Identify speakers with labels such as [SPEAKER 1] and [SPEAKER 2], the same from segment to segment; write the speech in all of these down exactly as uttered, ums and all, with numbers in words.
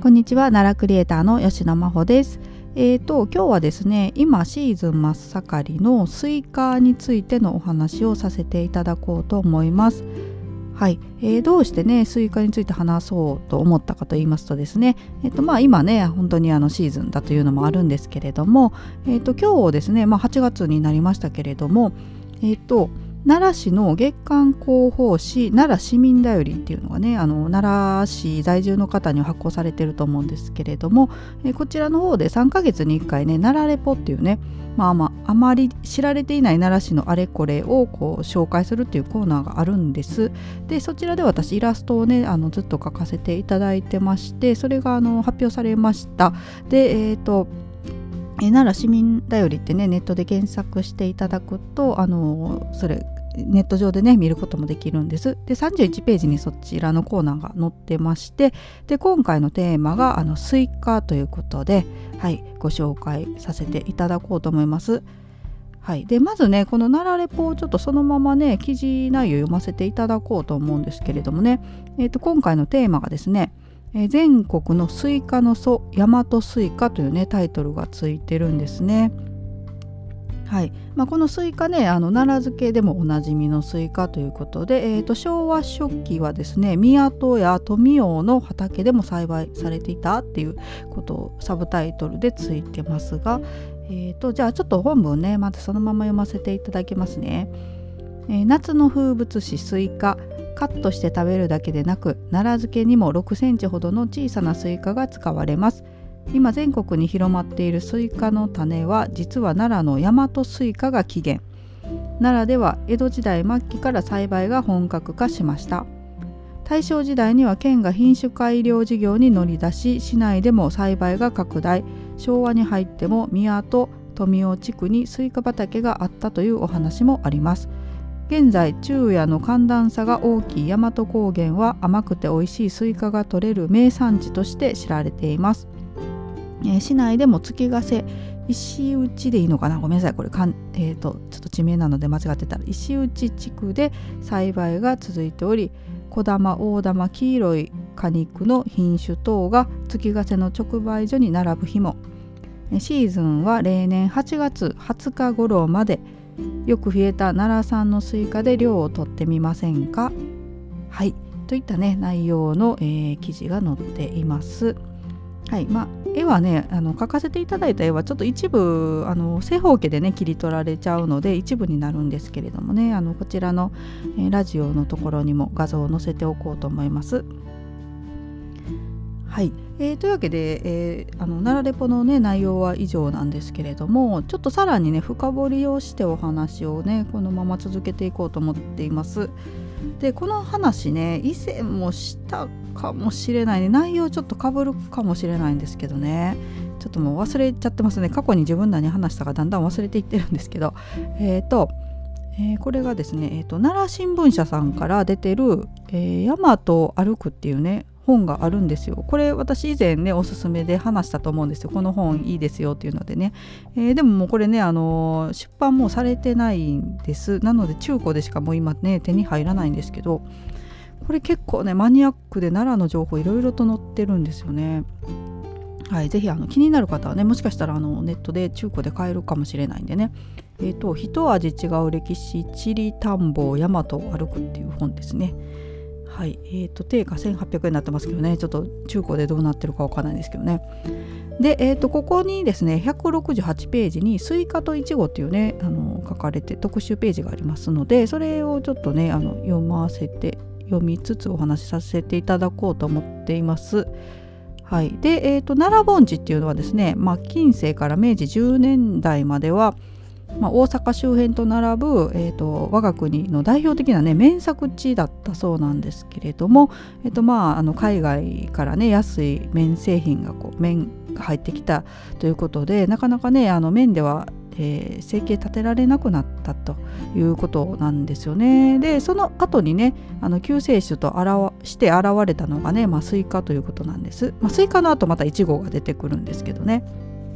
[SPEAKER 1] こんにちは、奈良クリエイターの吉野真帆です。えーと今日はですね、今シーズン真っ盛りのスイカについてのお話をさせていただこうと思います。はい、えー、どうしてねスイカについて話そうと思ったかと言いますとですね、えーとまあ、今ね本当にあのシーズンだというのもあるんですけれども、えーと今日ですね、まあ、はちがつになりましたけれども、えーと奈良市の月刊広報誌奈良市民だよりっていうのがね、あの奈良市在住の方には発行されてると思うんですけれども、えこちらの方でさんかげつにいっかいね、奈良レポっていうね、まあまああまり知られていない奈良市のあれこれをこう紹介するっていうコーナーがあるんです。でそちらで私イラストをねあのずっと描かせていただいてまして、それがあの発表されました。でえっ、ー、とえ奈良市民だよりってねネットで検索していただくとあのそれネット上でね見ることもできるんです。でさんじゅういちページにそちらのコーナーが載ってまして、で今回のテーマがあのスイカということで、はい、ご紹介させていただこうと思います。はい、でまずねこの奈良レポをちょっとそのままね記事内容読ませていただこうと思うんですけれどもね、えーと今回のテーマがですね、えー全国のスイカの祖大和スイカというねタイトルがついてるんですね。はいまあ、このスイカねあの奈良漬けでもおなじみのスイカということで、えー、と昭和初期はですね宮戸や富雄の畑でも栽培されていたっていうことをサブタイトルでついてますが、えー、とじゃあちょっと本文ねまずそのまま読ませていただきますね。えー、夏の風物詩スイカ、カットして食べるだけでなく奈良漬けにもろくセンチほどの小さなスイカが使われます。今全国に広まっているスイカの種は実は奈良の大和スイカが起源。奈良では江戸時代末期から栽培が本格化しました。大正時代には県が品種改良事業に乗り出し、市内でも栽培が拡大。昭和に入っても宮戸、富雄地区にスイカ畑があったというお話もあります。現在昼夜の寒暖差が大きい大和高原は甘くて美味しいスイカが取れる名産地として知られています。えー、市内でも月ヶ瀬、石内でいいのかな、ごめんなさいこれかん、えー、とちょっと地名なので間違ってたら石内地区で栽培が続いており、小玉、大玉、黄色い果肉の品種等が月ヶ瀬の直売所に並ぶ日も。シーズンは例年はちがつはつか頃まで。よく冷えた奈良産のスイカで量を取ってみませんか。はいといったね内容の、えー、記事が載っています。はいまあ、絵はねあの描かせていただいた絵はちょっと一部あの正方形でね切り取られちゃうので一部になるんですけれどもね、あのこちらの、えー、ラジオのところにも画像を載せておこうと思います。はい、えー、というわけで、えー、あの奈良レポの、ね、内容は以上なんですけれども、ちょっとさらにね深掘りをしてお話をねこのまま続けていこうと思っています。でこの話ね以前もしたかもしれないね、内容ちょっとかぶるかもしれないんですけどね、ちょっともう忘れちゃってますね。過去に自分らに話したかだんだん忘れていってるんですけど、えーとえー、これがですね、えーと奈良新聞社さんから出てる、えー、大和歩くっていうね本があるんですよ。これ私以前ねおすすめで話したと思うんですよ。この本いいですよっていうのでね、えー、でももうこれねあのー、出版もされてないんです。なので中古でしかもう今ね手に入らないんですけど、これ結構ねマニアックで奈良の情報いろいろと載ってるんですよね。はい、ぜひあの気になる方はねもしかしたらあのネットで中古で買えるかもしれないんでね、えーと一味違う歴史地理探訪大和を歩くっていう本ですね。はい、えーと定価せんはっぴゃくえんになってますけどね、ちょっと中古でどうなってるかわからないですけどね。で、えーとここにですねひゃくろくじゅうはちページにスイカとイチゴっていうねあの書かれて特集ページがありますので、それをちょっとねあの読ませて読みつつお話しさせていただこうと思っています。はい、で、えーと奈良盆地っていうのはですね、まあ、近世から明治じゅうねんだいまではまあ、大阪周辺と並ぶ、えーと、我が国の代表的な、ね、綿作地だったそうなんですけれども、えーとまあ、あの海外から、ね、安い綿製品がこう綿が入ってきたということで、なかなかねあの綿では、えー、生計立てられなくなったということなんですよね。でその後にねあの救世主と現して現れたのがね、まあ、スイカということなんです。まあ、スイカの後またイチゴが出てくるんですけどね。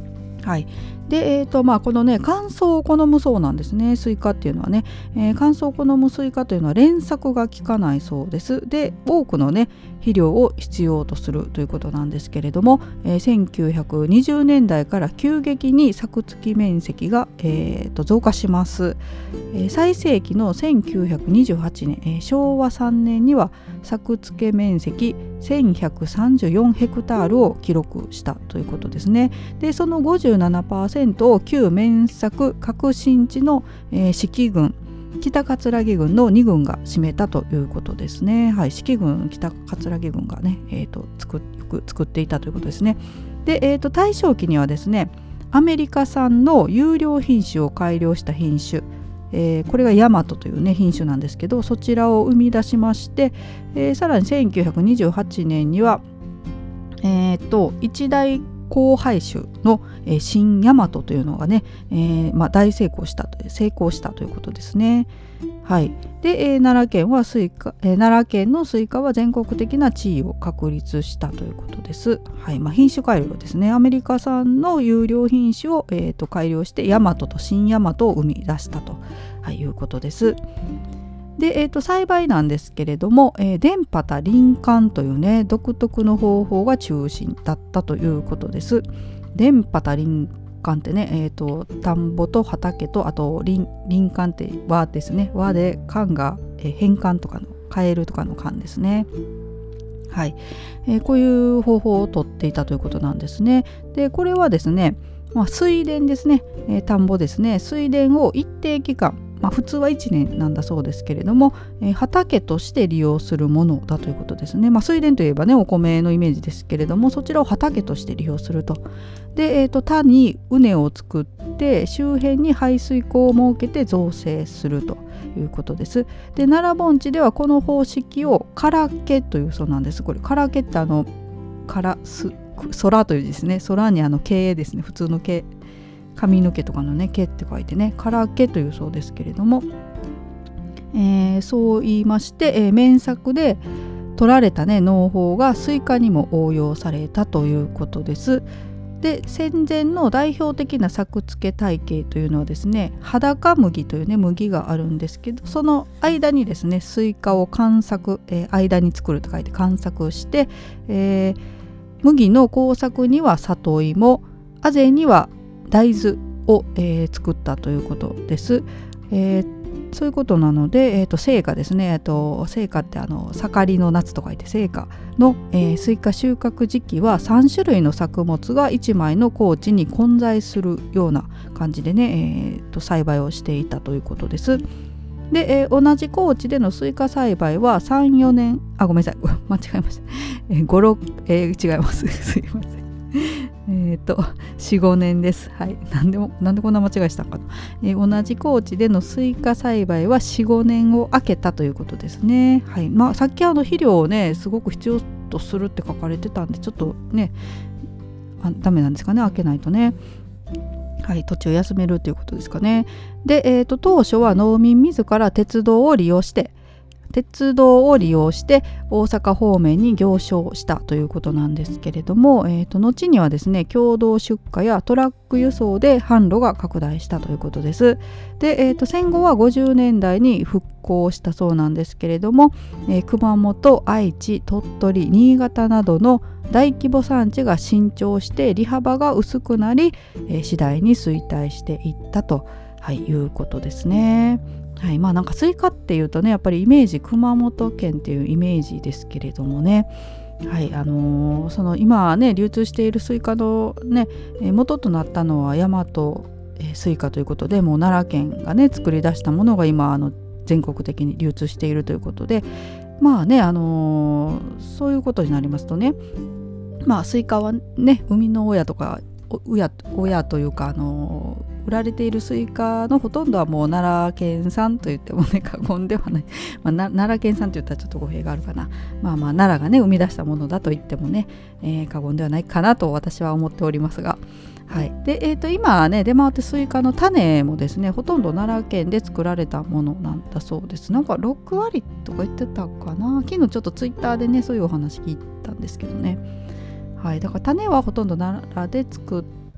[SPEAKER 1] はい、で、えーとまあ、このね乾燥を好むそうなんですね。スイカっていうのはね、えー、乾燥を好むスイカというのは連作が効かないそうです。で、多くのね肥料を必要とするということなんですけれども、えー、せんきゅうひゃくにじゅうねんだいから急激に作付面積が、えー、と増加します。えー、最盛期のせんきゅうひゃくにじゅうはちねん、えー、しょうわさんねんには作付面積せんひゃくさんじゅうよんヘクタールを記録したということですね。で、その ごじゅうななパーセント を旧面作革新地の、えー、四季郡北葛城郡のに軍が占めたということですね。はい、四季郡北葛城郡がね、えー、と作よく作っていたということですね。で、えー、と大正期にはですねアメリカ産の優良品種を改良した品種、えー、これがヤマトというね品種なんですけど、そちらを生み出しまして、えー、さらにせんきゅうひゃくにじゅうはちねんにはえー、と一大交配種の、えー、新ヤマトというのがね、えーまあ、大成功したと成功したということですね。はい、で、えー、奈良県はスイカ、えー、奈良県のスイカは全国的な地位を確立したということです。はい、まあ、品種改良ですね。アメリカ産の優良品種を、えー、と改良してヤマトと新ヤマトを生み出したと、はい、いうことです。で、えー、と栽培なんですけれども、えー、電波多輪管というね独特の方法が中心だったということです。電波多輪管ってね、えー、と田んぼと畑とあと輪管って輪ですね。輪で管が、えー、変換とかの変えるとかの管ですね。はい、えー、こういう方法をとっていたということなんですね。で、これはですね、まあ、水田ですね、えー、田んぼですね、水田を一定期間、まあ、普通はいちねんなんだそうですけれども、えー、畑として利用するものだということですね。まあ、水田といえばねお米のイメージですけれども、そちらを畑として利用すると。で、えー、と田に畝を作って周辺に排水溝を設けて造成するということです。で、奈良盆地ではこの方式をからけというそうなんです。これからけってあのからす空という字ですね。空にあの毛ですね、普通の毛、髪の毛とかのね毛って書いてねからけというそうですけれども、えー、そう言いまして、えー、面作で取られたね農法がスイカにも応用されたということです。で、戦前の代表的な作付け体系というのはですね、裸麦というね麦があるんですけど、その間にですねスイカを間作、えー、間に作ると書いて間作して、えー、麦の耕作には里芋、あぜには大豆を、えー、作ったということです。えーそういうことなので、えー、と生花ですね、えー、と生花ってあの盛りの夏と書いて生花の、えー、スイカ収穫時期はさん種類の作物がいちまいの耕地に混在するような感じでね、えー、と栽培をしていたということです。で、えー、同じ耕地でのスイカ栽培はさん、よねん、あ、ごめんなさい、間違えました。えー、ご、ろく、えー、違います。すいません。えっとよん、ごねんです。はい。なんでもなんでこんな間違いしたのかな。えー、同じ高地でのスイカ栽培はよん、ごねんを空けたということですね。はい。まあさっきあの肥料をねすごく必要とするって書かれてたんで、ちょっとねあダメなんですかね、開けないとね。はい、土地を休めるということですかね。で、えーと、当初は農民自ら鉄道を利用して鉄道を利用して大阪方面に行商したということなんですけれども、えー、と後にはですね共同出荷やトラック輸送で販路が拡大したということです。で、えー、と戦後はごじゅうねんだいに復興したそうなんですけれども、えー、熊本、愛知、鳥取、新潟などの大規模産地が伸長して利幅が薄くなり、えー、次第に衰退していったと、はい、いうことですね。はい、まあなんかスイカっていうとねやっぱりイメージ熊本県っていうイメージですけれどもね、はいあのー、その今ね流通しているスイカのね元となったのは大和スイカということで、もう奈良県がね作り出したものが今あの全国的に流通しているということで、まあねあのー、そういうことになりますとね、まあスイカはね生みの親とか親, 親というかあのー売られているスイカのほとんどはもう奈良県産と言ってもね過言ではない、まあ、奈良県産と言ったらちょっと語弊があるかな。まあまあ奈良がね生み出したものだと言ってもね、えー、過言ではないかなと私は思っておりますが、はい。で、えー、と今はね出回ってスイカの種もですねほとんど奈良県で作られたものなんだそうです。なんかろくわりとか言ってたかな。昨日ちょっとツイッターでねそういうお話聞いたんですけどね。はい。だから種はほとんど奈良で作って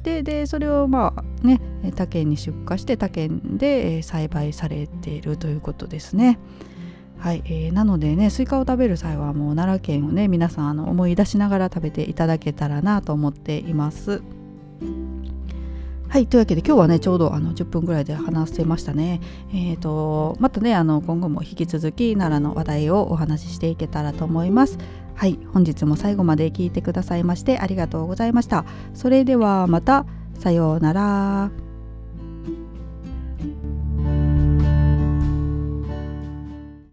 [SPEAKER 1] て、でそれをまあね他県に出荷して他県で栽培されているということですね。はい、えー、なのでねスイカを食べる際はもう奈良県をね皆さんあの思い出しながら食べていただけたらなと思っています。はい、というわけで今日はねちょうどあのじゅっぷんぐらいで話せましたね。えーとまたねあの今後も引き続き奈良の話題をお話ししていけたらと思います。はい、本日も最後まで聞いてくださいましてありがとうございました。それではまた、さようなら。